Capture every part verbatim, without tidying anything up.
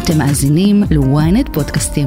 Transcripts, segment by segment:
אתם מאזינים ל-ynet פודקאסטים.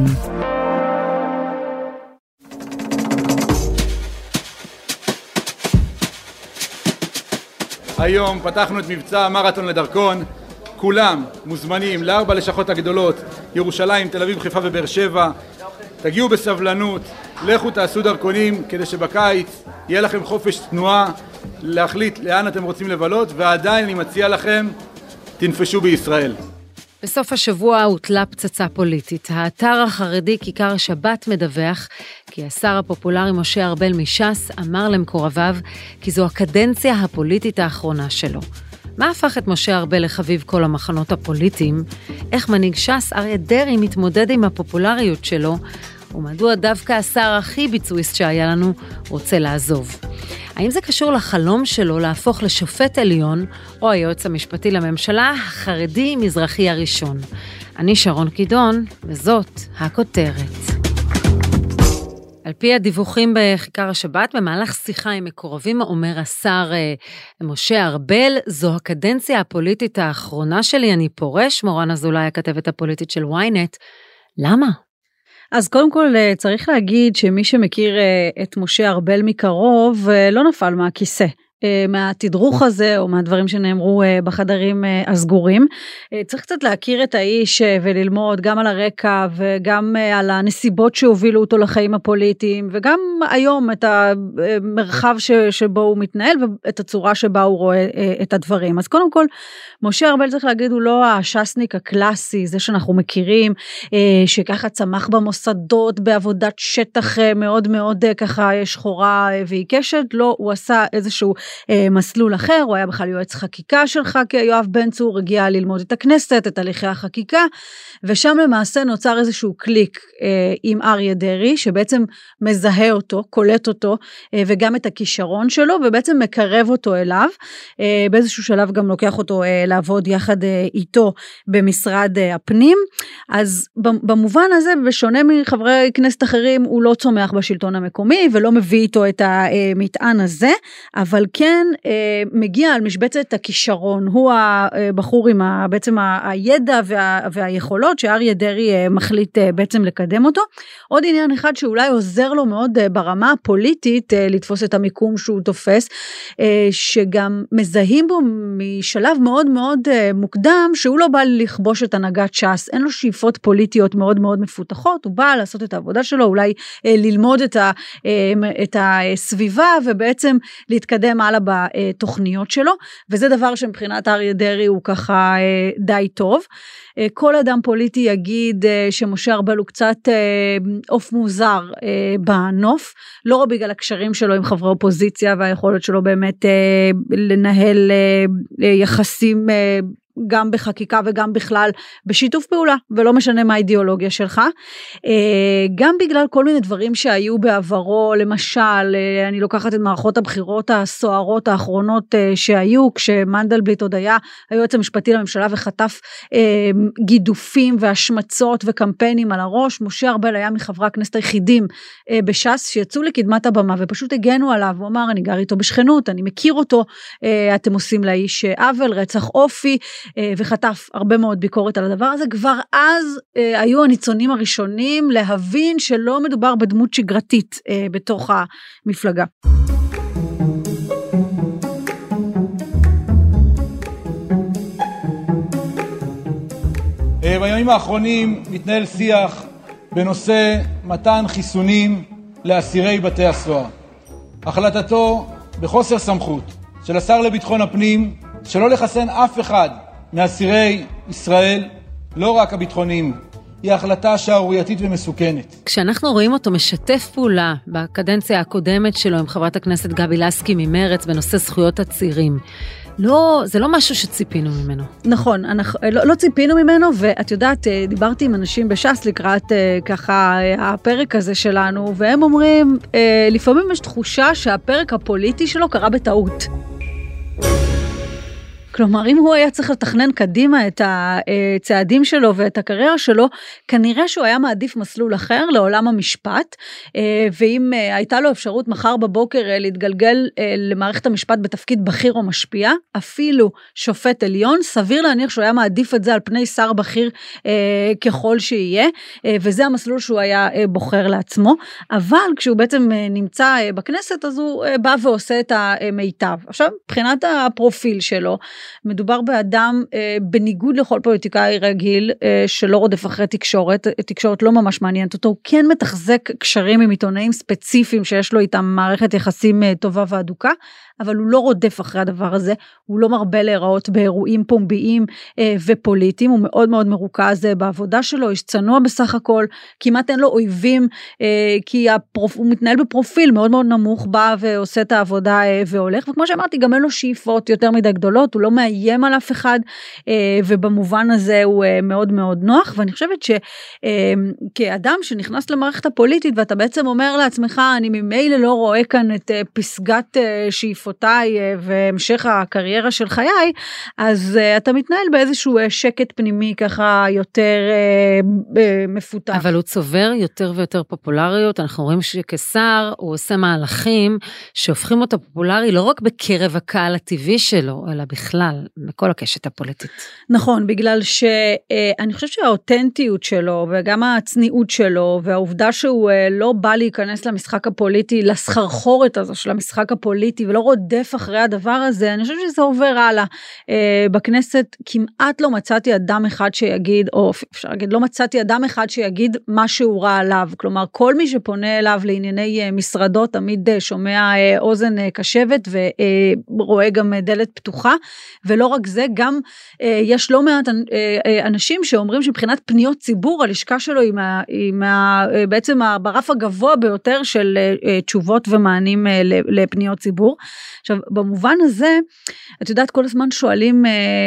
היום פתחנו את מבצע מרתון לדרכון. כולם מוזמנים לארבע לשכות הגדולות, ירושלים, תל אביב, חיפה ובאר שבע. תגיעו בסבלנות, לכו תעשו דרכונים כדי שבקיץ יהיה לכם חופש תנועה להחליט לאן אתם רוצים לבלות, ועדיין אני מציע לכם, תנפשו בישראל. בסוף השבוע הוטלה פצצה פוליטית. האתר החרדי כיכר השבת מדווח כי השר הפופולרי משה ארבל מש"ס אמר למקורביו כי זו הקדנציה הפוליטית האחרונה שלו. מה הפך את משה ארבל לחביב כל המחנות הפוליטיים? איך מנהיג ש"ס אריה דרעי מתמודד עם הפופולריות שלו? ומדוע דווקא השר הכי ביצועיסט שהיה לנו רוצה לעזוב? האם זה קשור לחלום שלו להפוך לשופט עליון, או היועץ המשפטי לממשלה החרדי מזרחי הראשון? אני שרון קידון, וזאת הכותרת. על פי הדיווחים בכיכר השבת, במהלך שיחה עם מקורבים, אומר השר משה ארבל, זו הקדנציה הפוליטית האחרונה שלי, אני פורש. מורן אזולאי, הכתבת הפוליטית של ynet. למה? אז קודם כל צריך להגיד שמי שמכיר את משה ארבל מקרוב לא נפל מהכיסא. מהתדרוך הזה או מהדברים שנאמרו בחדרים הסגורים. צריך קצת להכיר את האיש וללמוד גם על הרקע וגם על הנסיבות שהובילו אותו לחיים הפוליטיים, וגם היום את המרחב שבו הוא מתנהל ואת הצורה שבה הוא רואה את הדברים. אז קודם כל, משה ארבל צריך להגיד הוא לא הש"סניק הקלאסי, זה שאנחנו מכירים, שככה צמח במוסדות בעבודת שטח מאוד מאוד ככה שחורה ועיקשת. לא, הוא עשה איזשהו מסלול אחר, הוא היה בכלל יועץ חקיקה שלך, כי יואב בן צור הגיע ללמוד את הכנסת, את הליכי החקיקה, ושם למעשה נוצר איזשהו קליק אה, עם אריה דרעי, שבעצם מזהה אותו, קולט אותו, אה, וגם את הכישרון שלו, ובעצם מקרב אותו אליו, אה, באיזשהו שלב גם לוקח אותו אה, לעבוד יחד אה, איתו במשרד אה, הפנים. אז במובן הזה, בשונה מחברי כנסת אחרים, הוא לא צומח בשלטון המקומי, ולא מביא איתו את המטען הזה, אבל כן אה, מגיע על משבצת הכישרון, הוא הבחור עם ה, בעצם הידע וה, והיכולות שאריה דרעי אה, מחליט אה, בעצם לקדם אותו. עוד עניין אחד שאולי עוזר לו מאוד אה, ברמה הפוליטית אה, לתפוס את המיקום שהוא תופס, אה, שגם מזהים בו משלב מאוד מאוד אה, מוקדם, שהוא לא בא לכבוש את הנהגת ש"ס, אין לו שאיפות פוליטיות מאוד מאוד מפותחות, הוא בא לעשות את העבודה שלו, אולי אה, ללמוד את, ה, אה, את הסביבה ובעצם להתקדם הלאה בתוכניות שלו, וזה דבר שמבחינת אריה דרעי הוא ככה די טוב. כל אדם פוליטי יגיד שמשה ארבל הוא קצת אוף מוזר בנוף, לא רק בגלל הקשרים שלו עם חברי אופוזיציה והיכולת שלו באמת לנהל יחסים גם בחקיקה וגם בכלל בשיתוף פעולה, ולא משנה מה האידיאולוגיה שלך, גם בגלל כל מיני דברים שהיו בעברו, למשל, אני לוקחת את מערכות הבחירות הסוערות האחרונות שהיו, כשמנדלבליט עוד היה היועץ המשפטי לממשלה וחטף גידופים והשמצות וקמפיינים על הראש. משה ארבל היה מחברי הכנסת היחידים בש"ס שיצאו לקדמת הבמה ופשוט הגנו עליו, הוא אמר אני גר איתו בשכנות, אני מכיר אותו, אתם עושים לאיש עוול, רצח אופי, וחטף הרבה מאוד ביקורת על הדבר הזה. כבר אז אה, היו הניצונים הראשונים להבין שלא מדובר בדמות שגרתית אה, בתוך המפלגה. בימים האחרונים מתנהל שיח בנושא מתן חיסונים לאסירי בתי הסוהר. החלטתו בחוסר סמכות של השר לביטחון הפנים שלא לחסן אף אחד מאסירי ישראל, לא רק הביטחוניים, היא החלטה שערורייתית ומסוכנת. כשאנחנו רואים אותו משתף פעולה בקדנציה הקודמת שלו עם חברת הכנסת גבי לסקי ממרץ בנושא זכויות הצעירים, לא, זה לא משהו שציפינו ממנו. נכון, אנחנו, לא, לא ציפינו ממנו, ואת יודעת, דיברתי עם אנשים בש"ס לקראת ככה הפרק הזה שלנו, והם אומרים, לפעמים יש תחושה שהפרק הפוליטי שלו קרה בטעות. כלומר, אם הוא היה צריך לתכנן קדימה את הצעדים שלו ואת הקריירה שלו, כנראה שהוא היה מעדיף מסלול אחר לעולם המשפט, ואם הייתה לו אפשרות מחר בבוקר להתגלגל למערכת המשפט בתפקיד בכיר או משפיע, אפילו שופט עליון, סביר להניח שהוא היה מעדיף את זה על פני שר בכיר ככל שיהיה, וזה המסלול שהוא היה בוחר לעצמו, אבל כשהוא בעצם נמצא בכנסת, אז הוא בא ועושה את המיטב. עכשיו, מבחינת הפרופיל שלו, מדובר באדם בניגוד לכל פוליטיקאי רגיל, שלא רודף אחרי תקשורת, תקשורת לא ממש מעניינת אותו, הוא כן מתחזק קשרים עם עיתונאים ספציפיים שיש לו איתם מערכת יחסים טובה ואדוקה, אבל הוא לא רודף אחרי הדבר הזה, הוא לא מרבה להיראות באירועים פומביים אה, ופוליטיים, הוא מאוד מאוד מרוכז אה, בעבודה שלו, איש צנוע בסך הכל, כמעט אין לו אויבים, אה, כי הפרופ... הוא מתנהל בפרופיל מאוד מאוד נמוך, בא ועושה את העבודה אה, והולך, וכמו שאמרתי, גם אין לו שאיפות יותר מדי גדולות, הוא לא מאיים על אף אחד, אה, ובמובן הזה הוא אה, מאוד מאוד נוח, ואני חושבת שכאדם אה, שנכנס למערכת הפוליטית, ואתה בעצם אומר לעצמך, אני ממילא לא רואה כאן את אה, פסגת אה, שאיפות, והמשך הקריירה של חיי, אז uh, אתה מתנהל באיזשהו uh, שקט פנימי ככה יותר uh, uh, מפותח. אבל הוא צובר יותר ויותר פופולריות, אנחנו רואים שכשר הוא עושה מהלכים שהופכים אותו פופולרי לא רק בקרב הקהל הטבעי שלו, אלא בכלל, בכל הקשת הפוליטית. נכון, בגלל שאני uh, חושבת שהאותנטיות שלו, וגם הצניעות שלו, והעובדה שהוא uh, לא בא להיכנס למשחק הפוליטי, לסחרחורת הזו של המשחק הפוליטי, ולא רודף אחרי הדבר הזה, אני חושבת שזה עובר הלאה. אה, בכנסת כמעט לא מצאתי אדם אחד שיגיד, או אפשר להגיד, לא מצאתי אדם אחד שיגיד מה שהוא רע עליו, כלומר, כל מי שפונה אליו לענייני אה, משרדות, תמיד אה, שומע אה, אוזן אה, קשבת, ורואה גם אה, דלת פתוחה, ולא רק זה, גם אה, יש לא מעט אה, אה, אנשים שאומרים שבחינת פניות ציבור, הלשכה שלו היא, מה, היא מה, אה, בעצם ברף הגבוה ביותר של אה, תשובות ומענים אה, לפניות ציבור. עכשיו, במובן הזה, את יודעת, כל הזמן שואלים,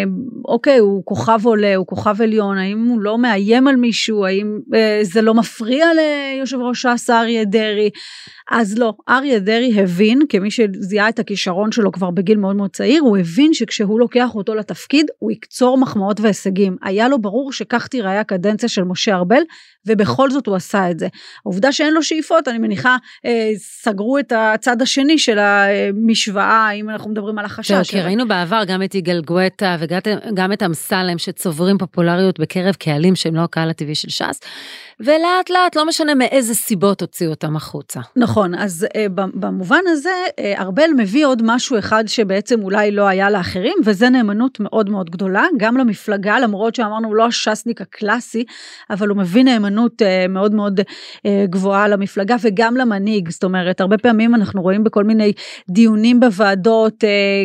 אוקיי, הוא כוכב עולה, הוא כוכב עליון, האם הוא לא מאיים על מישהו, האם זה לא מפריע ליושב ראש ש"ס אריה דרעי? אז לא, אריה דרעי הבין, כמי שזיהה את הכישרון שלו כבר בגיל מאוד מאוד צעיר, הוא הבין שכשהוא לוקח אותו לתפקיד, הוא יקצור מחמאות והישגים. היה לו ברור שכך תיראה הקדנציה של משה ארבל, ובכל זאת הוא עשה את זה. העובדה שאין לו שאיפות, אני מניחה, סגרו את הצד השני של המשוואה, אם אנחנו מדברים על החשש. כי ראינו בעבר גם את יגאל גואטה, וגם את אמסלם, שצוברים פופולריות בקרב קהלים שהם לא הקהל הטבעי של ש"ס, ולאט לאט לא משנה מאיזה סיבות הוציאו אותם החוצה. נכון, אז במובן הזה, ארבל מביא עוד משהו אחד שבעצם אולי לא היה לאחרים, וזה נאמנות מאוד מאוד גדולה, גם למפלגה, למרות שאמרנו לא הש"סניק הקלאסי, אבל הוא מביא נאמנות מאוד מאוד גבוהה למפלגה, וגם למנהיג, זאת אומרת, הרבה פעמים אנחנו רואים בכל מיני דיונים בוועדות,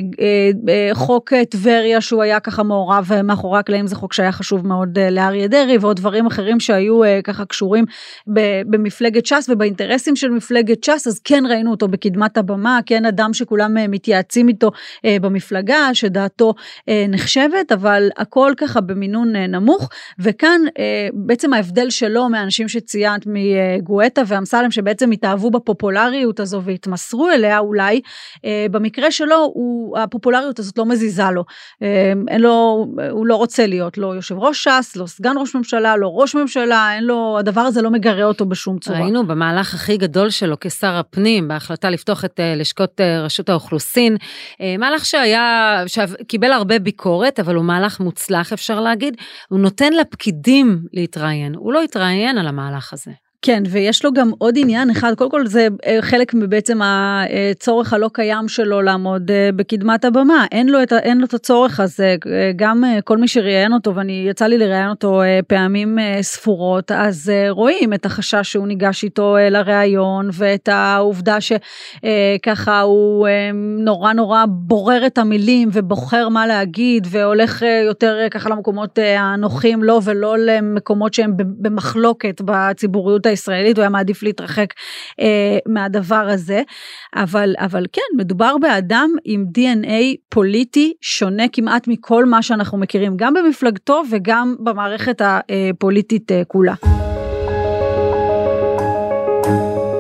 חוק טבריה שהוא היה ככה מעורב מאחורי הקלעים, זה חוק שהיה חשוב מאוד לאריה דרעי, ועוד דברים אחרים שהיו ככה קשורים במפלגת ש"ס ובאינטרסים של מפלגת ש"ס, אז כן ראינו אותו בקדמת הבמה, כן אדם שכולם מתייעצים איתו במפלגה, שדעתו נחשבת, אבל הכל ככה במינון נמוך, וכאן בעצם ההבדל שלו מהאנשים שציינת מגואטה ואמסלם, שבעצם התאהבו בפופולריות הזו והתמסרו אליה אולי, במקרה שלו הוא, הפופולריות הזאת לא מזיזה לו, אין לו, הוא לא רוצה להיות, לא יושב ראש ש"ס, לא סגן ראש ממשלה, לא ראש ממשלה, אין לו, הדבר הזה לא מגרה אותו בשום צורה. ראינו במהלך הכי גדול שלו כשר הפנים, בהחלטה לפתוח את לשכות רשות האוכלוסין, מהלך שהיה, שקיבל הרבה ביקורת, אבל הוא מהלך מוצלח אפשר להגיד, הוא נותן לפקידים להתראיין, הוא לא התראיין על המהלך הזה. כן, ויש לו גם עוד עניין אחד, קודם כל זה חלק מבעצם הצורך הלא קיים שלו לעמוד בקדמת הבמה, אין לו את, אין לו את הצורך הזה, גם כל מי שראיין אותו, ואני יצא לי לראיין אותו פעמים ספורות, אז רואים את החשש שהוא ניגש איתו לראיון, ואת העובדה שככה הוא נורא נורא בורר את המילים, ובוחר מה להגיד, והולך יותר ככה למקומות הנוחים לו, ולא למקומות שהם במחלוקת בציבוריות הישראלית, הוא היה מעדיף להתרחק אה, מהדבר הזה, אבל, אבל כן, מדובר באדם עם די אן איי פוליטי שונה כמעט מכל מה שאנחנו מכירים, גם במפלגתו וגם במערכת הפוליטית אה, כולה.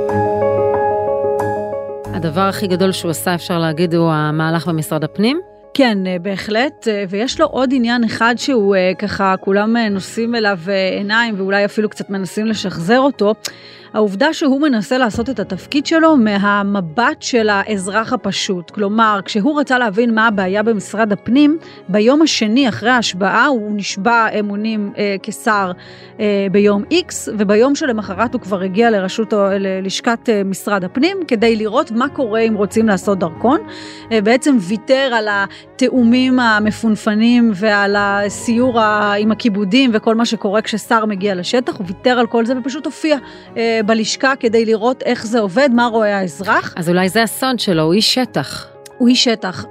הדבר הכי גדול שהוא עשה, אפשר להגיד, הוא המהלך במשרד הפנים? כן, בהחלט, ויש לו עוד עניין אחד שהוא ככה, כולם נושאים אליו עיניים ואולי אפילו קצת מנסים לשחזר אותו, העובדה שהוא מנסה לעשות את התפקיד שלו מהמבט של האזרח הפשוט. כלומר, כשהוא רצה להבין מה הבעיה במשרד הפנים, ביום השני אחרי ההשבעה הוא נשבע אמונים אה, כשר אה, ביום X, וביום שלמחרת הוא כבר הגיע לרשות, ללשכת אה, משרד הפנים, כדי לראות מה קורה אם רוצים לעשות דרכון. אה, בעצם ויתר על התאומים המפונפנים ועל הסיור עם הכיבודים וכל מה שקורה כששר מגיע לשטח, הוא ויתר על כל זה ופשוט הופיע אה, בלשכה כדי לראות איך זה עובד, מה רואה האזרח. אז אולי זה הסוד שלו, הוא איש שטח. הוא איש שטח.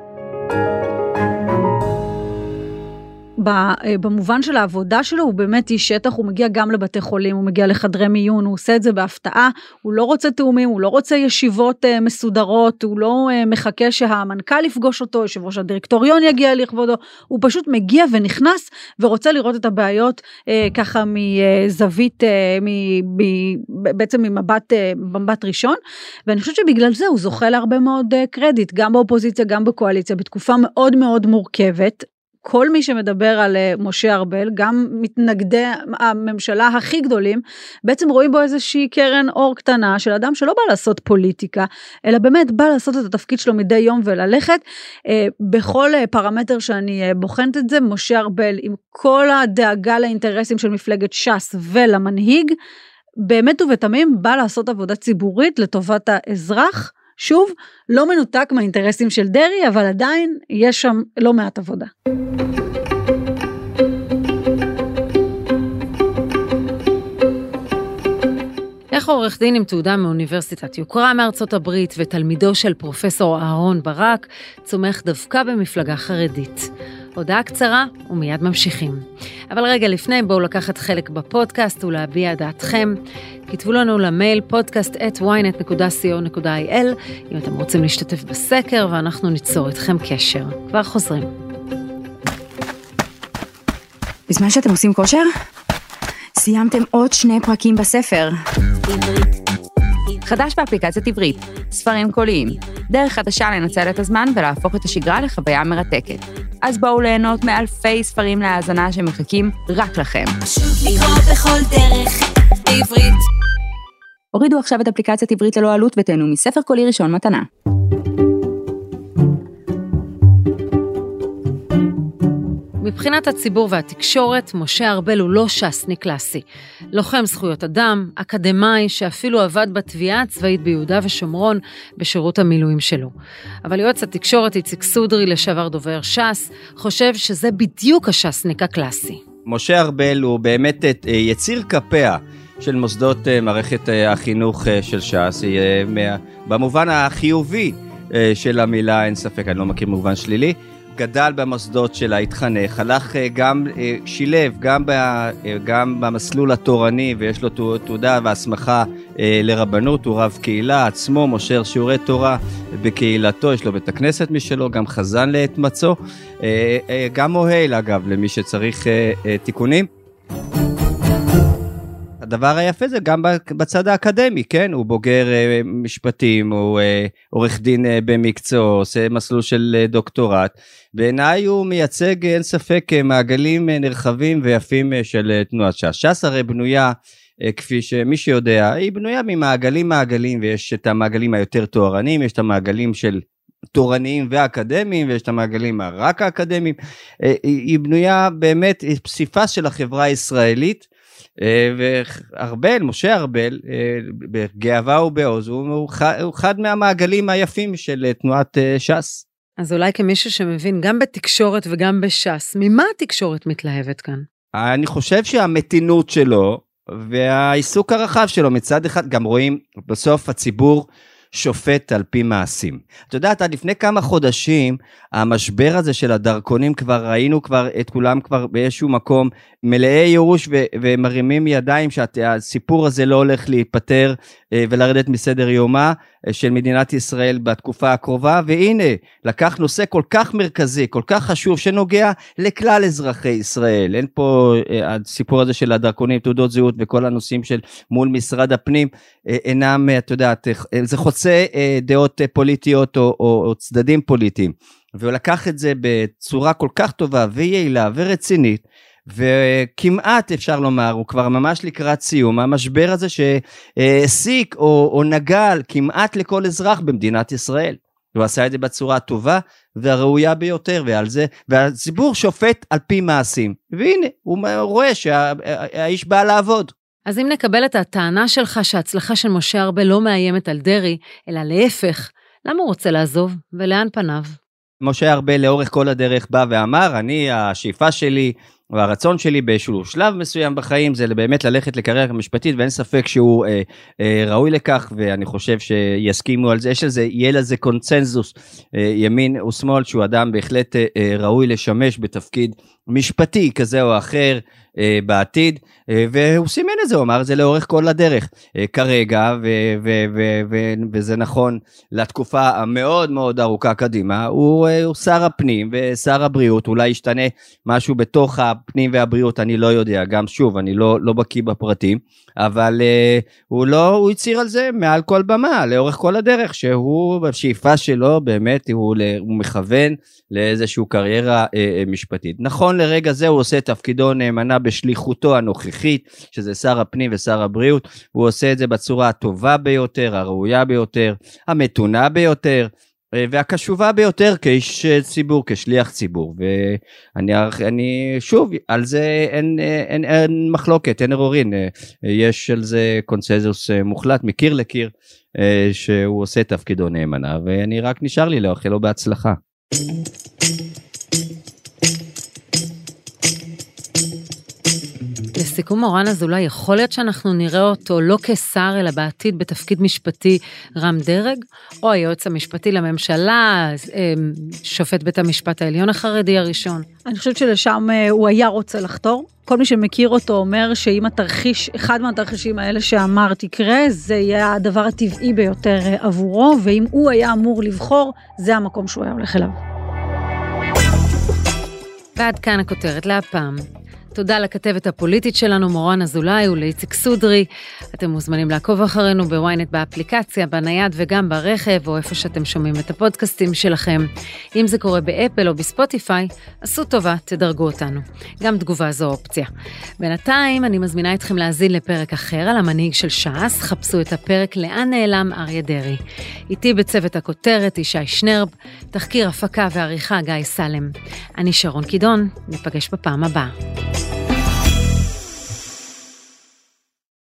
במובן של העבודה שלו, הוא באמת איש שטח, הוא מגיע גם לבתי חולים, הוא מגיע לחדרי מיון, הוא עושה את זה בהפתעה, הוא לא רוצה תאומים, הוא לא רוצה ישיבות מסודרות, הוא לא מחכה שהמנכ"ל יפגוש אותו, יושב ראש הדירקטוריון יגיע לכבודו, הוא פשוט מגיע ונכנס, ורוצה לראות את הבעיות ככה מזווית, בעצם ממבט, במבט ראשון, ואני חושבת שבגלל זה הוא זוכה להרבה מאוד קרדיט, גם באופוזיציה, גם בקואליציה, בתקופה מאוד מאוד מורכבת, כל מי שמדבר על משה ארבל, גם מתנגדי הממשלה הכי גדולים, בעצם רואים בו איזושהי קרן אור קטנה של אדם שלא בא לעשות פוליטיקה, אלא באמת בא לעשות את התפקיד שלו מדי יום וללכת. בכל פרמטר שאני בוחנת את זה, משה ארבל עם כל הדאגה לאינטרסים של מפלגת ש"ס ולמנהיג, באמת ובתמים בא לעשות עבודה ציבורית לטובת האזרח, שוב, לא מנותק מהאינטרסים של דרי, אבל עדיין יש שם לא מעט עבודה. איך עורך דין עם תעודה מאוניברסיטת יוקרה מארצות הברית ותלמידו של פרופסור אהרון ברק צומח דווקא במפלגה חרדית. הודעה קצרה ומיד ממשיכים. אבל רגע לפני בואו לקחת חלק בפודקאסט ולהביע דעתכם. כתבו לנו למייל פודקאסט את וויינט נקודה סי או נקודה איי אל אם אתם רוצים להשתתף בסקר ואנחנו ניצור איתכם קשר. כבר חוזרים. בזמן שאתם עושים כושר, סיימתם עוד שני פרקים בספר. חדש באפליקציית עברית, ספרים קוליים, דרך חדשה לנצל את הזמן ולהפוך את השגרה לחוויה מרתקת. אז בואו ליהנות מאלפי ספרים להאזנה שמחכים רק לכם. פשוט לקרוא בכל דרך, בעברית. הורידו עכשיו את אפליקציית עברית ללא עלות ותהנו מספר קולי ראשון מתנה. מבחינת הציבור והתקשורת, משה ארבל הוא לא ש"סניק קלאסי. לוחם זכויות אדם, אקדמאי שאפילו עבד בתביעה הצבאית ביהודה ושומרון בשירות המילואים שלו. אבל יועץ התקשורת איציק סודרי, לשעבר דובר ש"ס, חושב שזה בדיוק הש"סניק הקלאסי. משה ארבל הוא באמת יציר כפיה של מוסדות מערכת החינוך של ש"ס, במובן החיובי של המילה, אין ספק, אני לא מכיר מובן שלילי, גדל במוסדות שלה, התחנך, הלך גם, שילב גם, ב, גם במסלול התורני, ויש לו תעודה והסמכה לרבנות, הוא רב קהילה, עצמו מושר שיעורי תורה בקהילתו, יש לו בית הכנסת משלו, גם חזן לעת מצוא, גם מוהל אגב, למי שצריך תיקונים. הדבר היפה זה גם בצד האקדמי, כן? הוא בוגר משפטים, הוא עורך דין במקצוע, עושה מסלול של דוקטורט. בעיניי הוא מייצג, אין ספק, מעגלים נרחבים ויפים של תנועת ש"ס. ש"ס הרי בנויה, כפי שמי שיודע, היא בנויה ממעגלים מעגלים, ויש את המעגלים היותר תוארניים, יש את המעגלים של תורניים ואקדמיים, ויש את המעגלים הרק האקדמיים. היא בנויה באמת, פסיפס של החברה הישראלית, וארבל, משה ארבל, בגאווה ובעוז, הוא אחד מהמעגלים היפים של תנועת ש"ס. אז אולי כמישהו שמבין גם בתקשורת וגם בש"ס, ממה התקשורת מתלהבת כאן? אני חושב שהמתינות שלו, והעיסוק הרחב שלו מצד אחד, גם רואים בסוף הציבור שופט על פי מעשים. אתה יודעת, עד לפני כמה חודשים, המשבר הזה של הדרכונים כבר ראינו כבר את כולם כבר באיזשהו מקום מלאי ייאוש ו- ומרימים ידיים שהסיפור הזה לא הולך להיפטר ולרדת מסדר יומה של מדינת ישראל בתקופה הקרובה, והנה, לקח נושא כל כך מרכזי, כל כך חשוב, שנוגע לכלל אזרחי ישראל. אין פה הסיפור הזה של הדרכונים, תעודות זהות וכל הנושאים של מול משרד הפנים, אינם, אתה יודעת, זה חוצה דעות פוליטיות או, או, או צדדים פוליטיים. והוא לקח את זה בצורה כל כך טובה ויעילה ורצינית, וכמעט אפשר לומר, הוא כבר ממש לקראת סיום, המשבר הזה שהעסיק או, או נגל כמעט לכל אזרח במדינת ישראל. הוא עשה את זה בצורה הטובה והראויה ביותר, ועל זה, והציבור שופט על פי מעשים. והנה, הוא רואה שהאיש בא לעבוד. אז אם נקבל את הטענה שלך שההצלחה של משה ארבל לא מאיימת על דרי, אלא להפך, למה הוא רוצה לעזוב ולאן פניו? משה ארבל לאורך כל הדרך בא ואמר, אני, השאיפה שלי, והרצון שלי באיזשהו שלב מסוים בחיים, זה באמת ללכת לקריירה משפטית, ואין ספק שהוא אה, אה, ראוי לכך, ואני חושב שיסכימו על זה, יש לזה, יהיה לזה קונצנזוס, אה, ימין ושמאל, שהוא אדם בהחלט אה, אה, ראוי לשמש בתפקיד משפטי כזה או אחר, אה, בעתיד, אה, והוא סימן את זה, הוא אמר את זה לאורך כל הדרך, אה, כרגע, ו- ו- ו- ו- וזה נכון לתקופה המאוד מאוד ארוכה קדימה, הוא, אה, הוא שר הפנים ושר הבריאות, אולי ישתנה משהו בתוך הפנים והבריאות, אני לא יודע, גם שוב, אני לא, לא בקיא בפרטים, אבל uh, הוא לא, הוא הציר על זה מעל כל במה, לאורך כל הדרך, שהוא בשאיפה שלו, באמת הוא, הוא מכוון לאיזשהו קריירה uh, משפטית. נכון לרגע זה, הוא עושה תפקידו נאמנה בשליחותו הנוכחית, שזה שר הפנים ושר הבריאות, הוא עושה את זה בצורה הטובה ביותר, הראויה ביותר, המתונה ביותר, והקשובה ביותר כאיש ציבור, כשליח ציבור, ואני אני, שוב, על זה אין, אין, אין מחלוקת, אין עוררין, יש על זה קונצנזוס מוחלט, מקיר לקיר, שהוא עושה תפקידו נאמנה, ואני רק נשאר לי לאחל לו בהצלחה. לסיכום, מורן אזולאי, יכול להיות שאנחנו נראה אותו לא כשר, אלא בעתיד בתפקיד משפטי רם דרג, או היועץ המשפטי לממשלה, שופט בית המשפט העליון החרדי הראשון? אני חושבת שלשם הוא היה רוצה לחתור. כל מי שמכיר אותו אומר שאם התרחיש, אחד מהתרחישים האלה שאמרת יקרה, זה יהיה הדבר הטבעי ביותר עבורו, ואם הוא היה אמור לבחור, זה המקום שהוא היה הולך אליו. ועד כאן הכותרת להפעם. תודה לכתבת הפוליטית שלנו, מורן אזולאי, ולאיציק סודרי. אתם מוזמנים לעקוב אחרינו בוויינט באפליקציה, בנייד וגם ברכב, או איפה שאתם שומעים את הפודקאסטים שלכם. אם זה קורה באפל או בספוטיפיי, עשו טובה, תדרגו אותנו. גם תגובה זו אופציה. בינתיים אני מזמינה אתכם להזין לפרק אחר על המנהיג של ש"ס, חפשו את הפרק לאן נעלם אריה דרעי. איתי בצוות הכותרת ישי שנרב, תחקיר הפקה ועריכה גיא סלם. אני שרון קידון, ניפגש בפעם הבאה.